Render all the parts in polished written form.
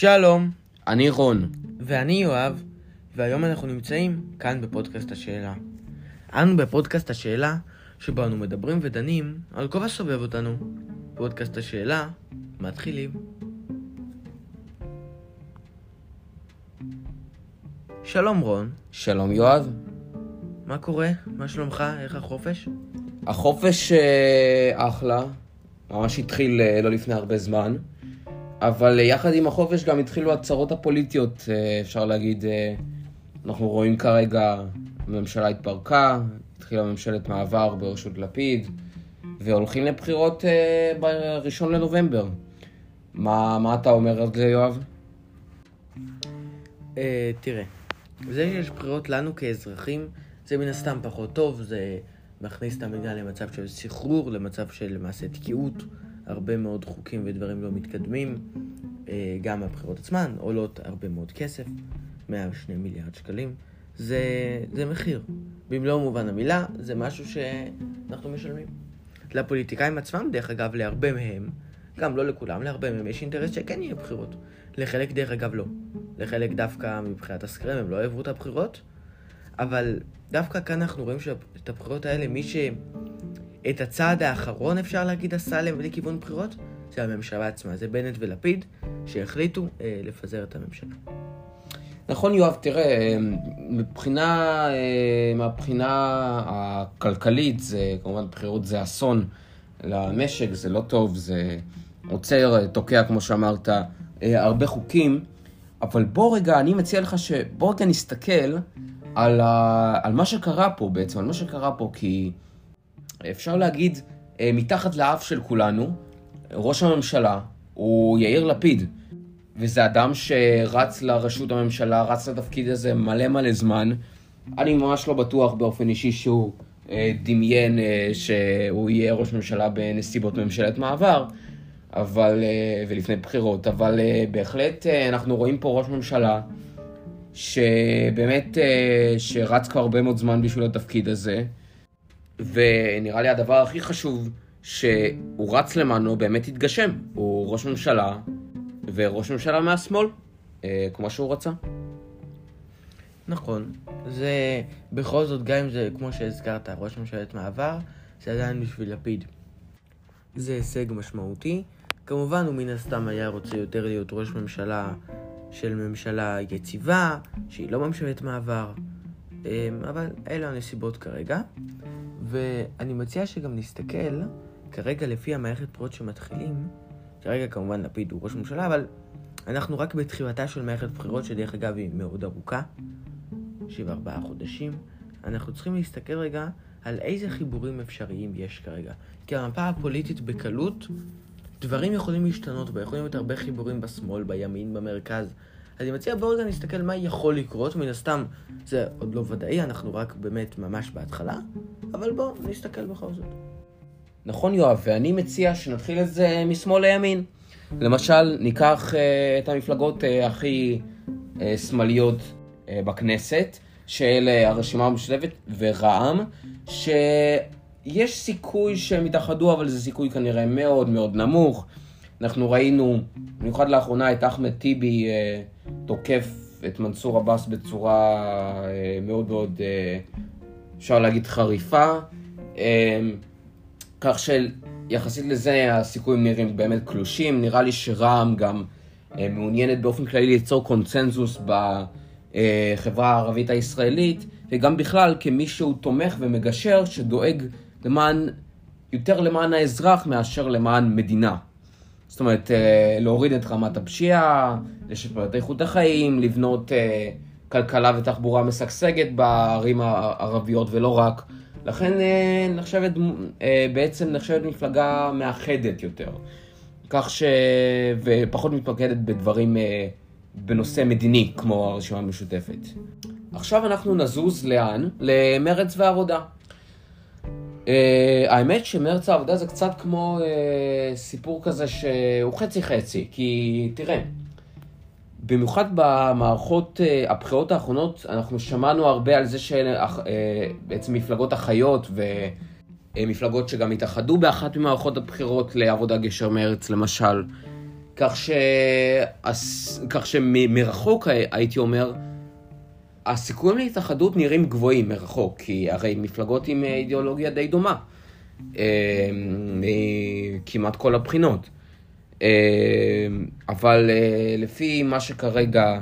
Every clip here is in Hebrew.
שלום, אני רון. ואני יואב, והיום אנחנו נמצאים כאן בפודקאסט השאלה. אנו בפודקאסט השאלה, שבו אנו מדברים ודנים על כל הסובב אותנו. פודקאסט השאלה, מתחילים. שלום רון. שלום יואב. מה קורה? מה שלומך? איך החופש? החופש אחלה, ממש התחיל לא לפני הרבה זמן, אבל יחד עם החופש גם התחילו הצרות הפוליטיות, אפשר להגיד. אנחנו רואים כרגע, הממשלה התפרקה, התחילה ממשלת מעבר בראשות לפיד, והולכים לבחירות ב1 לנובמבר. מה אתה אומר על זה, יואב? תראה, זה שיש בחירות לנו כאזרחים, זה מן הסתם פחות טוב, זה מכניס את המדינה למצב של סחרור, למצב של למעשה תקיעות, הרבה מאוד חוקים ודברים לא מתקדמים, גם הבחירות עצמן עולות הרבה מאוד כסף, 102 מיליארד שקלים, זה מחיר. במלוא מובן המילה, זה משהו שאנחנו משלמים. לפוליטיקאים עצמם, דרך אגב, להרבה מהם, גם לא לכולם, להרבה מהם יש אינטרס שכן יהיה בחירות. לחלק דרך אגב לא. לחלק דווקא מבחינת הסקרים הם לא אוהבו את הבחירות, אבל דווקא כאן אנחנו רואים שאת הבחירות האלה, מי שאת הצעד האחרון אפשר להגיד עשה להם לכיוון בחירות, זה הממשלה עצמה, זה בנט ולפיד שהחליטו לפזר את הממשלה. נכון יואב, תראה, מהבחינה הכלכלית, זה כמובן בחירות זה אסון למשק, זה לא טוב, זה עוצר, תוקע כמו שאמרת, הרבה חוקים, אבל אני מציע לך שבוא רגע נסתכל על מה שקרה פה בעצם, על מה שקרה פה, כי אפשר להגיד, מתחת לאף של כולנו, ראש הממשלה הוא יאיר לפיד, וזה אדם שרץ לראשות הממשלה, רץ לתפקיד הזה מלא זמן. אני ממש לא בטוח באופן אישי שהוא דמיין שהוא יהיה ראש ממשלה בנסיבות ממשלת מעבר, ולפני בחירות, אבל בהחלט אנחנו רואים פה ראש ממשלה שבאמת שרץ כבר הרבה מאוד זמן בשביל התפקיד הזה, ונראה לי הדבר הכי חשוב שהוא רץ למענו באמת התגשם. הוא ראש ממשלה, וראש ממשלה מהשמאל, כמו שהוא רצה. נכון, זה בכל זאת, גם אם זה כמו שהזכרת, ראש ממשלת מעבר, זה עדיין בשביל לפיד. זה הישג משמעותי. כמובן הוא מן הסתם היה רוצה יותר להיות ראש ממשלה של ממשלה יציבה, שהיא לא ממשלת מעבר, אבל אלה הנסיבות כרגע. ואני מציע שגם נסתכל כרגע לפי המערכת בחירות שמתחילים. כרגע כמובן לפיד הוא ראש ממשלה, אבל אנחנו רק בתחילתה של מערכת בחירות, שדרך אגב היא מאוד ארוכה, 4 חודשים. אנחנו צריכים להסתכל רגע על איזה חיבורים אפשריים יש כרגע. כי המפה הפוליטית בקלות, דברים יכולים להשתנות בה, יכולים להיות הרבה חיבורים בשמאל, בימין, במרכז. אז אני מציע בוא רגע נסתכל מה יכול לקרות, מן הסתם זה עוד לא ודאי, אנחנו רק באמת ממש בהתחלה, אבל בוא נסתכל בכל זאת. נכון יואב, ואני מציע שנתחיל את זה משמאל לימין. למשל, ניקח את המפלגות הכי שמאליות בכנסת, של הרשימה המשותפת ורע"מ, שיש סיכוי שהם יתאחדו, אבל זה סיכוי כנראה מאוד מאוד נמוך. אנחנו ראינו, במיוחד לאחרונה, את אחמד טיבי תוקף את מנסור עבאס בצורה מאוד מאוד, אפשר להגיד, חריפה, כך שיחסית לזה הסיכויים נראים באמת קלושים. נראה לי שרע"מ גם מעוניינת באופן כללי ליצור קונצנזוס בחברה הערבית הישראלית, וגם בכלל כמישהו תומך ומגשר שדואג יותר למען האזרח מאשר למען מדינה. זאת אומרת, להוריד את רמת הפשיעה, לשפר את איכות החיים, לבנות כלכלה ותחבורה משגשגת בערים הערביות ולא רק. לכן נחשבת מפלגה מאחדת יותר, כך ופחות מתמקדת בדברים בנושא מדיני כמו הרשימה המשותפת. עכשיו אנחנו נזוז לאן? למרץ והעבודה. האמת שמרץ העבודה זה קצת כמו סיפור כזה שהוא חצי, כי תראה, במיוחד במערכות הבחירות האחרונות אנחנו שמענו הרבה על זה שבעצם מפלגות אחיות ומפלגות שגם התאחדו באחת ממערכות הבחירות לעבודה גשר מרץ למשל, כך שמרחוק הייתי אומר, הסיכויים להתאחדות נראים גבוהים מרחוק, כי הרי מפלגות עם אידיאולוגיה די דומה, כמעט כל הבחינות. אבל לפי מה שכרגע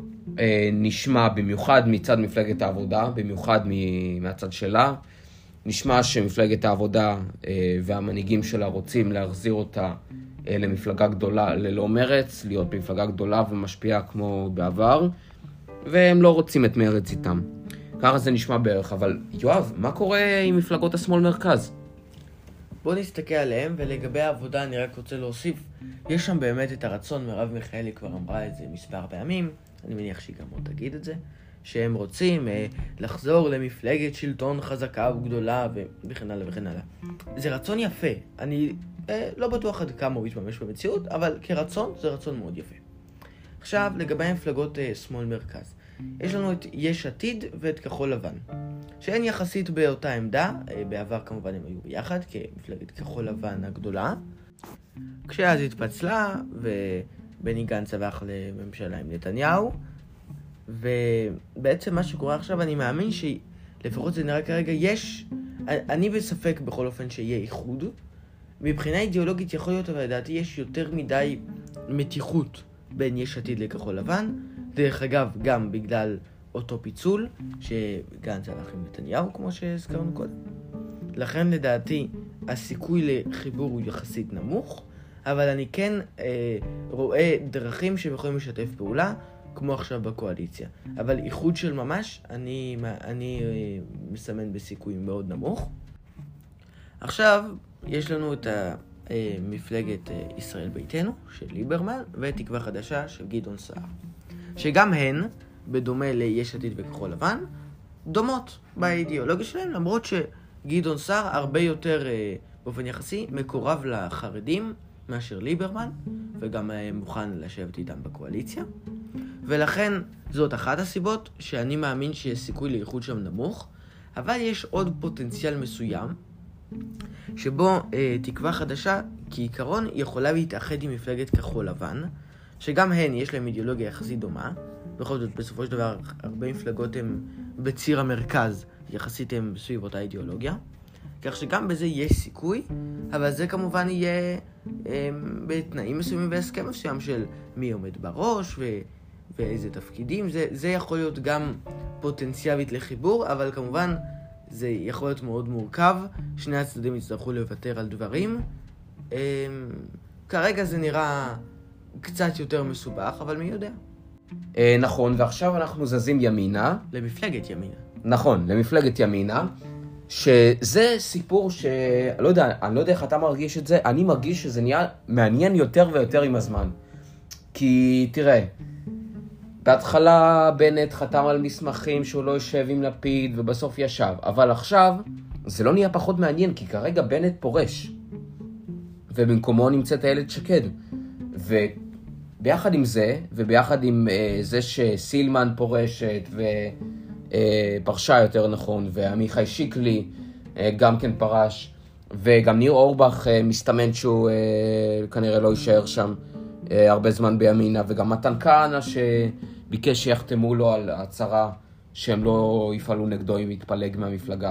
נשמע, במיוחד מצד מפלגת העבודה, במיוחד מהצד שלה, נשמע שמפלגת העבודה והמנהיגים שלה רוצים להחזיר אותה למפלגה גדולה ללא מרץ, להיות מפלגה גדולה ומשפיעה כמו בעבר, והם לא רוצים את מרץ איתם. ככה זה נשמע בערך, אבל יואב, מה קורה עם מפלגות השמאל מרכז? בוא נסתכל עליהם, ולגבי העבודה אני רק רוצה להוסיף, יש שם באמת את הרצון, מרב מיכאלי כבר אמרה את זה מספר פעמים, אני מניח שהיא גם עוד תגיד את זה, שהם רוצים לחזור למפלגת שלטון חזקה וגדולה וכן הלאה וכן הלאה. זה רצון יפה, אני לא בטוח עד כמה הוא יתממש במציאות, אבל כרצון זה רצון מאוד יפה. עכשיו לגבי מפלגות שמאל מרכז, יש לנו את יש עתיד ואת כחול לבן, שהן יחסית באותה עמדה, בעבר כמובן הם היו ביחד כמפלגת כחול לבן הגדולה, כשאז התפצלה ובני גנץ עבר לממשלה עם נתניהו, ובעצם מה שקורה עכשיו, אני מאמין שלפחות זה נראה כרגע, אני בספק בכל אופן שיהיה איחוד. מבחינה אידיאולוגית יכול להיות, אבל לדעתי יש יותר מדי מתיחות בין יש עתיד לכחול לבן, דרך אגב גם בגלל אותו פיצול שגנץ הלך עם נתניהו כמו שהזכרנו קודם. לכן לדעתי הסיכוי לחיבור הוא יחסית נמוך, אבל אני כן רואה דרכים שהם יכולים לשתף פעולה, כמו עכשיו בקואליציה. אבל איחוד של ממש, אני מסמן בסיכוי מאוד נמוך. עכשיו, יש לנו את מפלגת ישראל ביתנו, של ליברמן, ותקווה חדשה של גדעון סער. שגם הן, בדומה ליש עתיד וכחול לבן, דומות באידיאולוגיה שלהם, למרות שגדעון סער הרבה יותר, באופן יחסי, מקורב לחרדים מאשר ליברמן, וגם מוכן לשבת איתם בקואליציה. ולכן זאת אחת הסיבות שאני מאמין שיש סיכוי לאיחוד שם נמוך, אבל יש עוד פוטנציאל מסוים, שבו תקווה חדשה כעיקרון יכולה להתאחד עם מפלגת כחול לבן, שגם הן יש להם אידיאולוגיה יחסית דומה, בכל זאת בסופו של דבר הרבה מפלגות הן בציר המרכז, יחסית הן סביב אותה אידיאולוגיה, כך שגם בזה יש סיכוי, אבל זה כמובן יהיה בתנאים מסוימים והסכם מסוים של מי עומד בראש ואיזה תפקידים, זה יכול להיות גם פוטנציאלית לחיבור, אבל כמובן זה יכול להיות מאוד מורכב, שני הצדדים יצטרכו לוותר על דברים. כרגע זה נראה קצת יותר מסובך, אבל מי יודע. נכון, ועכשיו אנחנו זזים ימינה. למפלגת ימינה. נכון, למפלגת ימינה, שזה סיפור אני לא יודע איך אתה מרגיש את זה, אני מרגיש שזה נהיה מעניין יותר ויותר עם הזמן. כי תראה, בהתחלה בנט חתם על מסמכים שהוא לא יושב עם לפיד ובסוף ישב, אבל עכשיו זה לא נהיה פחות מעניין, כי כרגע בנט פורש ובמקומו נמצאת איילת שקד, וביחד עם זה וביחד עם זה שסילמן פורשת ופרשה יותר נכון, ועמיחי שיקלי גם כן פרש, וגם ניר אורבך מסתמן שהוא כנראה לא יישאר שם הרבה זמן בימינה, וגם מתן כהנא שביקש שיחתמו לו על הצהרה שהם לא יפעלו נגדו אם יתפלג מהמפלגה.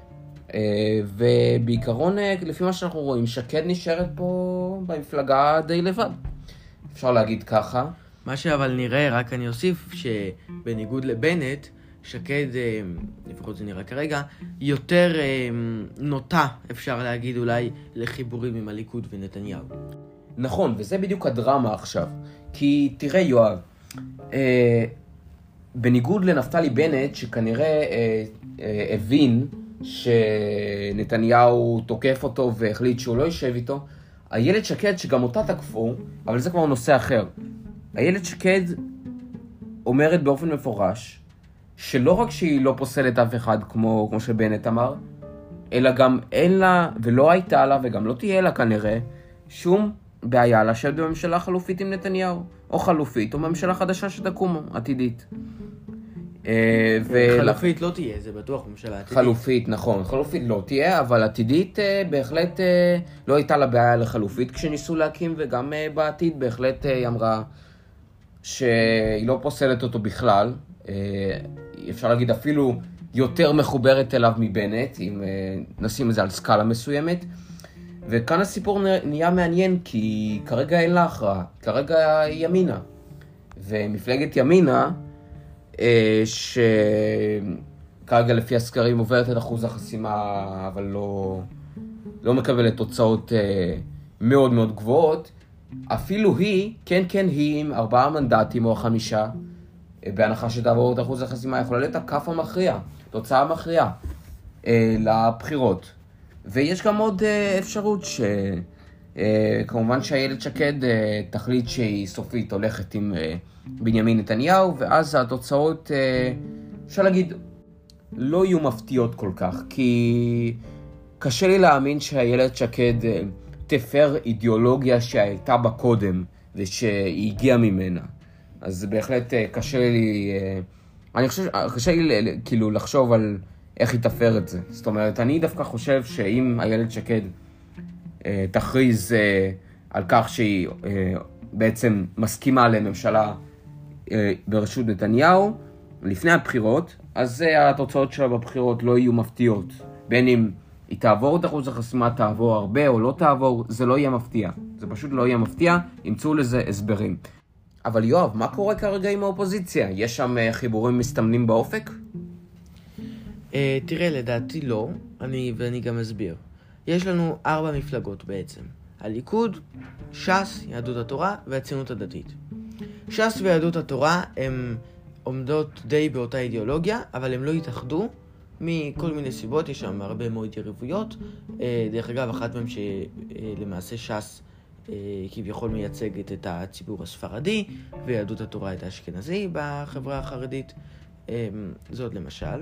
ובעיקרון, לפי מה שאנחנו רואים, שקד נשארת פה במפלגה די לבד. אפשר להגיד ככה. מה שאבל נראה, רק אני אוסיף, שבניגוד לבנט, שקד, לפחות זה נראה כרגע, יותר נוטה, אפשר להגיד אולי, לחיבורים עם הליכוד ונתניהו. נכון, וזה בדיוק הדרמה עכשיו. כי תראה יואב, בניגוד לנפתלי בנט, שכנראה הבין שנתניהו תוקף אותו והחליט שהוא לא יישב איתו, איילת שקד, שגם אותה תקפו, אבל זה כבר נושא אחר. איילת שקד אומרת באופן מפורש, שלא רק שהיא לא פוסלת אף אחד כמו שבנט אמר, אלא גם אין לה, ולא הייתה לה, וגם לא תהיה לה כנראה, שום בעיה לשבת בממשלה חלופית עם נתניהו, או חלופית, או ממשלה חדשה שתקום, עתידית. חלופית לא תהיה, זה בטוח ממשלה עתידית. חלופית, נכון. חלופית לא תהיה, אבל עתידית בהחלט לא הייתה לה בעיה לחלופית כשניסו להקים, וגם בעתיד בהחלט היא אמרה שהיא לא פוסלת אותו בכלל. אפשר להגיד אפילו יותר מחוברת אליו מבנט, אם נשים את זה על סקאלה מסוימת. וכאן הסיפור נהיה מעניין, כי כרגע אין לה הכרעה, כרגע היא ימינה. ומפלגת ימינה, שכרגע לפי הסקרים עוברת את אחוז החסימה, אבל לא מקבלת תוצאות מאוד מאוד גבוהות, אפילו היא, כן, היא עם 4 מנדטים או 5, בהנחה שתעבור את אחוז החסימה, יכולה להיות הכף המכריע, תוצאה מכריעה לבחירות. ויש גם עוד אפשרות כמובן שאיילת שקד תחליט שהיא סופית הולכת עם בנימין נתניהו, ואז התוצאות, אפשר להגיד, לא יהיו מפתיעות כל כך, כי קשה לי להאמין שאיילת שקד תפר אידיאולוגיה שהייתה בה קודם, ושהיא הגיעה ממנה. אז בהחלט קשה לי, קשה לי כאילו לחשוב על איך היא תפר את זה. זאת אומרת, אני דווקא חושב שאם איילת שקד תכריז על כך שהיא בעצם מסכימה לממשלה בראשות נתניהו לפני הבחירות, אז התוצאות שלה בבחירות לא יהיו מפתיעות. בין אם היא תעבור את אחוז החסימה, תעבור הרבה או לא תעבור, זה לא יהיה מפתיע. זה פשוט לא יהיה מפתיע, ימצאו לזה הסברים. אבל יואב, מה קורה כרגע עם האופוזיציה? יש שם חיבורים מסתמנים באופק? תראה, לדעתי לא, ואני גם אסביר. יש לנו 4 מפלגות בעצם. הליכוד, ש"ס, יהדות התורה והציונות הדתית. ש"ס ויהדות התורה הן עומדות די באותה אידיאולוגיה, אבל הן לא התאחדו מכל מיני סיבות, יש שם הרבה מאוד יריבויות. דרך אגב, אחת מהן שלמעשה ש"ס כביכול מייצגת את הציבור הספרדי, ויהדות התורה את האשכנזי בחברה החרדית. זאת למשל.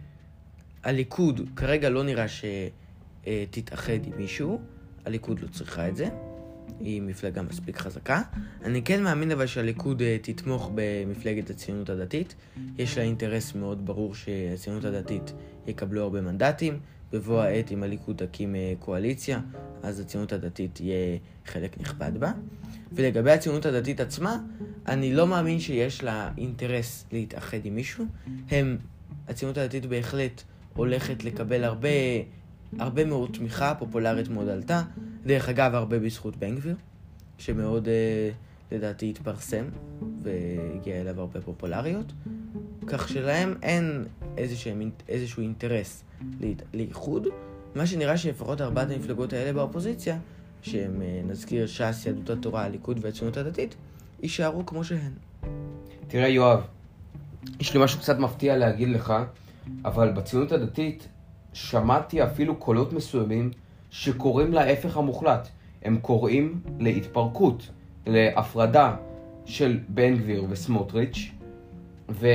הליכוד כרגע לא נראה שתתאחד עם מישהו, הליכוד לא צריכה את זה, היא מפלגה מספיק חזקה. אני כן מאמין אבל שהליכוד תתמוך במפלגת הציונות הדתית, יש לה אינטרס מאוד ברור שהציונות הדתית יקבלו הרבה מנדטים, בבוא העת אם הליכוד תקים קואליציה, אז הציונות הדתית תהיה חלק נכבד בה. ולגבי הציונות הדתית עצמה, אני לא מאמין שיש לה אינטרס להתאחד עם מישהו, הציונות הדתית בהחלט הולכת לקבל הרבה מאוד תמיכה, פופולרית מאוד עלתה. דרך אגב, הרבה בזכות בן גביר, שמאוד לדעתי התפרסם והגיע אליו הרבה פופולריות. כך שלהם אין איזשהו אינטרס לאיחוד. מה שנראה שלפחות 4 המפלגות האלה באופוזיציה, שהם נזכיר ש"ס, יהדות התורה, הליכוד והציונות הדתית, יישארו כמו שהן. תראה יואב, יש לי משהו קצת מפתיע להגיד לך, אבל בציונות הדתית שמעתי אפילו קולות מסוימים שקוראים להפך המוחלט. הם קוראים להתפרקות, להפרדה של בן גביר וסמוטריץ', והרי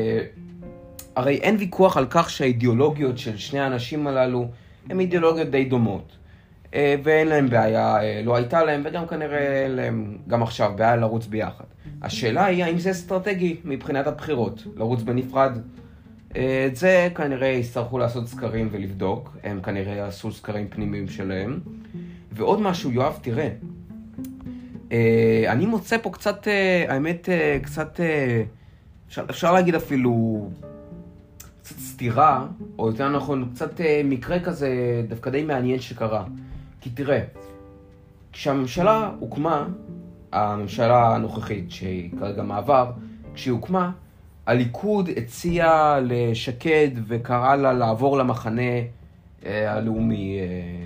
אין ויכוח על כך שהאידיאולוגיות של שני האנשים הללו הן אידיאולוגיות די דומות. ואין להם בעיה, לא הייתה להם, וגם כנראה להם גם עכשיו בעיה לרוץ ביחד. השאלה היא האם זה אסטרטגי מבחינת הבחירות, לרוץ בנפרד. את זה כנראה יצטרכו לעשות סקרים ולבדוק, הם כנראה יעשו סקרים פנימיים שלהם. ועוד משהו, יואב, תראה, אני מוצא פה קצת, האמת, קצת, אפשר להגיד אפילו קצת סתירה, או יותר נכון, קצת מקרה כזה דווקא די מעניין שקרה. כי תראה, כשהממשלה הוקמה, הממשלה הנוכחית, שהיא כרגע מעבר, כשהיא הוקמה, הליכוד הציע לשקד וקרא לה לעבור למחנה הלאומי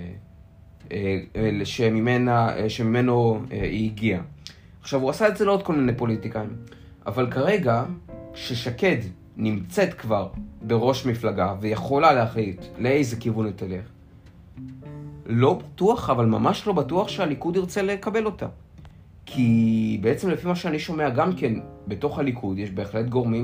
שממנו היא הגיעה. עכשיו, הוא עשה את זה לעוד כל מיני פוליטיקאים, אבל כרגע, כששקד נמצאת כבר בראש מפלגה ויכולה להחליט לאיזה כיוון היא תלך, לא בטוח, אבל ממש לא בטוח שהליכוד ירצה לקבל אותה. כי בעצם לפי מה שאני שומע גם כן, בתוך הליכוד יש בהחלט גורמים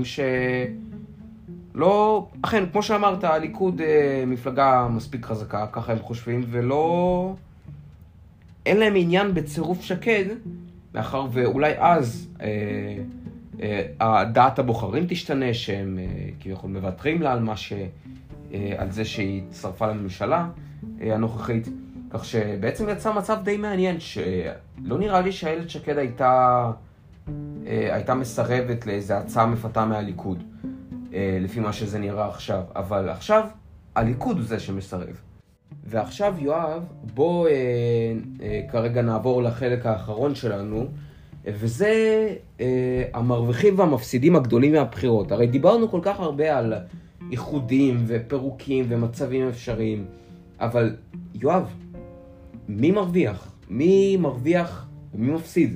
שלא, אכן, כמו שאמרת, הליכוד מפלגה מספיק חזקה, ככה הם חושבים, ולא, אין להם עניין בצירוף שקד, מאחר ואולי אז דעת הבוחרים תשתנה, שהם כביכול מוותרים לה על זה שהיא הצטרפה לממשלה הנוכחית. כך שבעצם יצא מצב די מעניין, שלא נראה לי שאיילת שקד הייתה מסרבת לאיזו הצעה מפתה מהליכוד, לפי מה שזה נראה עכשיו. אבל עכשיו הליכוד הוא זה שמסרב. ועכשיו יואב, בוא כרגע נעבור לחלק האחרון שלנו, וזה המרוויחים והמפסידים הגדולים מהבחירות. הרי דיברנו כל כך הרבה על איחודים ופירוקים ומצבים אפשריים, אבל יואב, מי מרוויח? מי מרוויח ומי מפסיד?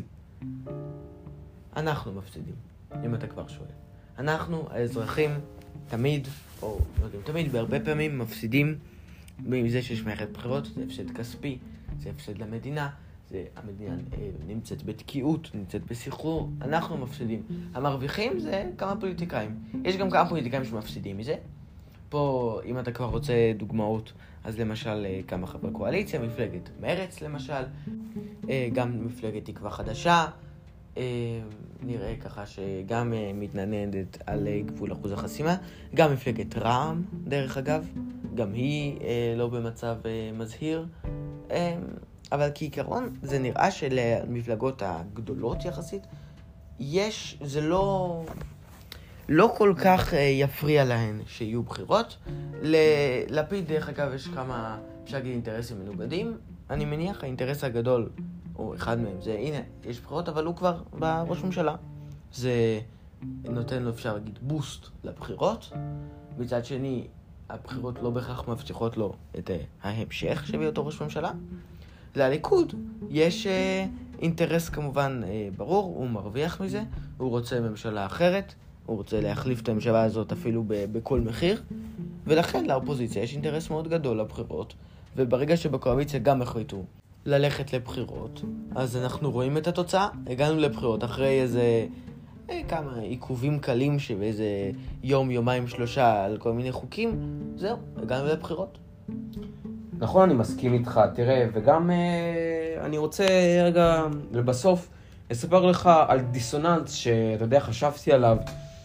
אנחנו מפסידים, אם אתה כבר שואל. אנחנו, האזרחים, תמיד, או לא יודעים, תמיד בהרבה פעמים מפסידים מזה שיש מערכת בחירות. זה הפסד כספי, זה הפסד למדינה, המדינה נמצאת בתקיעות, נמצאת בסחרור, אנחנו מפסידים. המרוויחים זה כמה פוליטיקאים. יש גם כמה פוליטיקאים שמפסידים מזה. פה, אם אתה כבר רוצה דוגמאות, אז למשל כמה חברי קואליציה, מפלגת מרץ למשל, גם מפלגת תקווה חדשה, נראה ככה שגם מתנדנדת על גבול אחוז החסימה, גם מפלגת רע"מ, דרך אגב, גם היא לא במצב מזהיר, אבל כעיקרון זה נראה שלמפלגות הגדולות יחסית, זה לא כל כך יפריע להן שיהיו בחירות. ללפיד דרך אגב יש כמה, אפשר להגיד, אינטרסים מנוגדים. אני מניח האינטרס הגדול, או אחד מהם, זה הנה, יש בחירות, אבל הוא כבר בראש ממשלה. זה נותן לו, אפשר להגיד, בוסט לבחירות. מצד שני, הבחירות לא בהכרח מבטיחות לו את ההמשך שבהיותו ראש ממשלה. לליכוד יש אינטרס כמובן ברור, הוא מרוויח מזה, הוא רוצה ממשלה אחרת, הוא רוצה להחליף את הממשלה הזאת אפילו בכל מחיר, ולכן לאופוזיציה יש אינטרס מאוד גדול לבחירות, וברגע שבקואליציה גם החליטו ללכת לבחירות, אז אנחנו רואים את התוצאה. הגענו לבחירות אחרי איזה כמה עיכובים קלים שבאיזה יום, יומיים, 3 על כל מיני חוקים, זהו, הגענו לבחירות. נכון, אני מסכים איתך. תראה, וגם אני רוצה רגע לבסוף לספר לך על דיסוננס שאתה יודע, חשבתי עליו,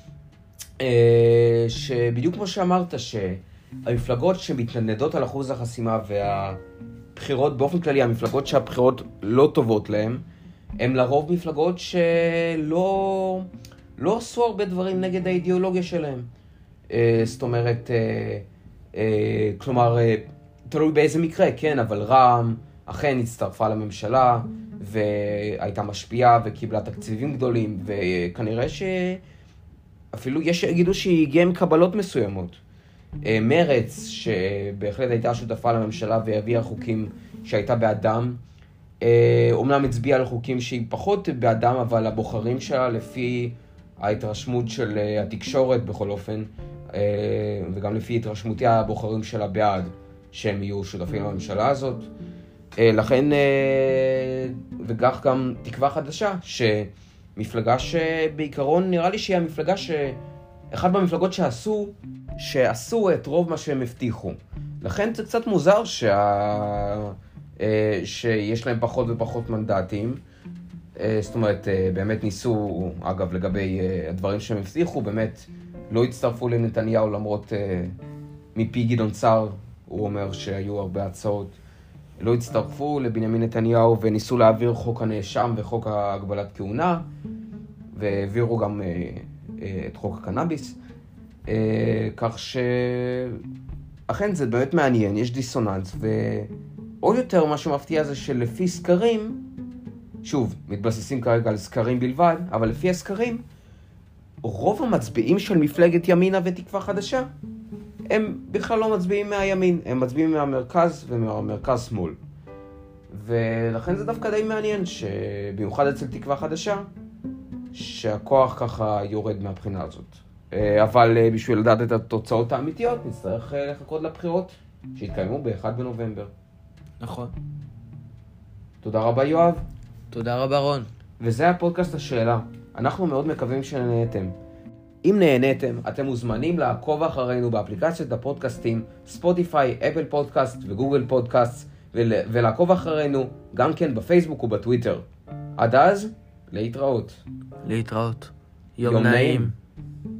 שבדיוק כמו שאמרת, שהמפלגות שמתנדנדות על אחוז החסימה והבחירות באופן כללי, המפלגות שהבחירות לא טובות להן, הן לרוב מפלגות שלא עשו הרבה דברים נגד האידיאולוגיה שלהם. זאת אומרת, כלומר, תלוי באיזה מקרה, כן, אבל רע"מ אכן הצטרפה לממשלה והייתה משפיעה וקיבלה תקציבים גדולים, וכנראה שאפילו יש שיגידו שהיא הגיעה עם קבלות מסוימות. מרץ, שבהחלט הייתה שותפה לממשלה והביאה חוקים שהייתה באדם, אומנם הצביעה על חוקים שהיא פחות באדם, אבל הבוחרים שלה לפי ההתרשמות של התקשורת בכל אופן, וגם לפי התרשמותי הבוחרים שלה בעד שהם יהיו שותפים לממשלה הזאת. לכן, וכך גם תקווה חדשה, שמפלגה שבעיקרון נראה לי שהיא המפלגה אחת במפלגות שעשו את רוב מה שהם הבטיחו. לכן זה קצת מוזר שיש להם פחות ופחות מנדטים. זאת אומרת, באמת ניסו, אגב, לגבי הדברים שהם הבטיחו, באמת לא הצטרפו לנתניהו, למרות מפי גדעון סער, הוא אומר שהיו הרבה הצעות, לא הצטרפו לבנימין נתניהו וניסו להעביר חוק הנאשם וחוק הגבלת כהונה, והעבירו גם את חוק הקנאביס. כך שאכן זה באמת מעניין, יש דיסוננס, ועוד יותר מה שמפתיע זה שלפי סקרים, שוב, מתבססים כרגע על סקרים בלבד, אבל לפי הסקרים, רוב המצביעים של מפלגת ימינה ותקווה חדשה, הם בכלל לא מצביעים מהימין, הם מצביעים מהמרכז ומהמרכז שמאל. ולכן זה דווקא די מעניין, שבמיוחד אצל תקווה חדשה, שהכוח ככה יורד מהבחינה הזאת. אבל בשביל לדעת את התוצאות האמיתיות, נצטרך לחכות לבחירות שהתקיימו ב-1 בנובמבר. נכון. תודה רבה יואב. תודה רבה רון. וזה הפודקאסט השאלה. אנחנו מאוד מקווים שנהנתם. אם נהנתם, אתם מוזמנים לעקוב אחרינו באפליקציות הפודקאסטים, ספוטיפיי, אפל פודקאסט וגוגל פודקאסט, ולעקוב אחרינו גם כן בפייסבוק ובטוויטר. עד אז, להתראות. להתראות. יום נעים.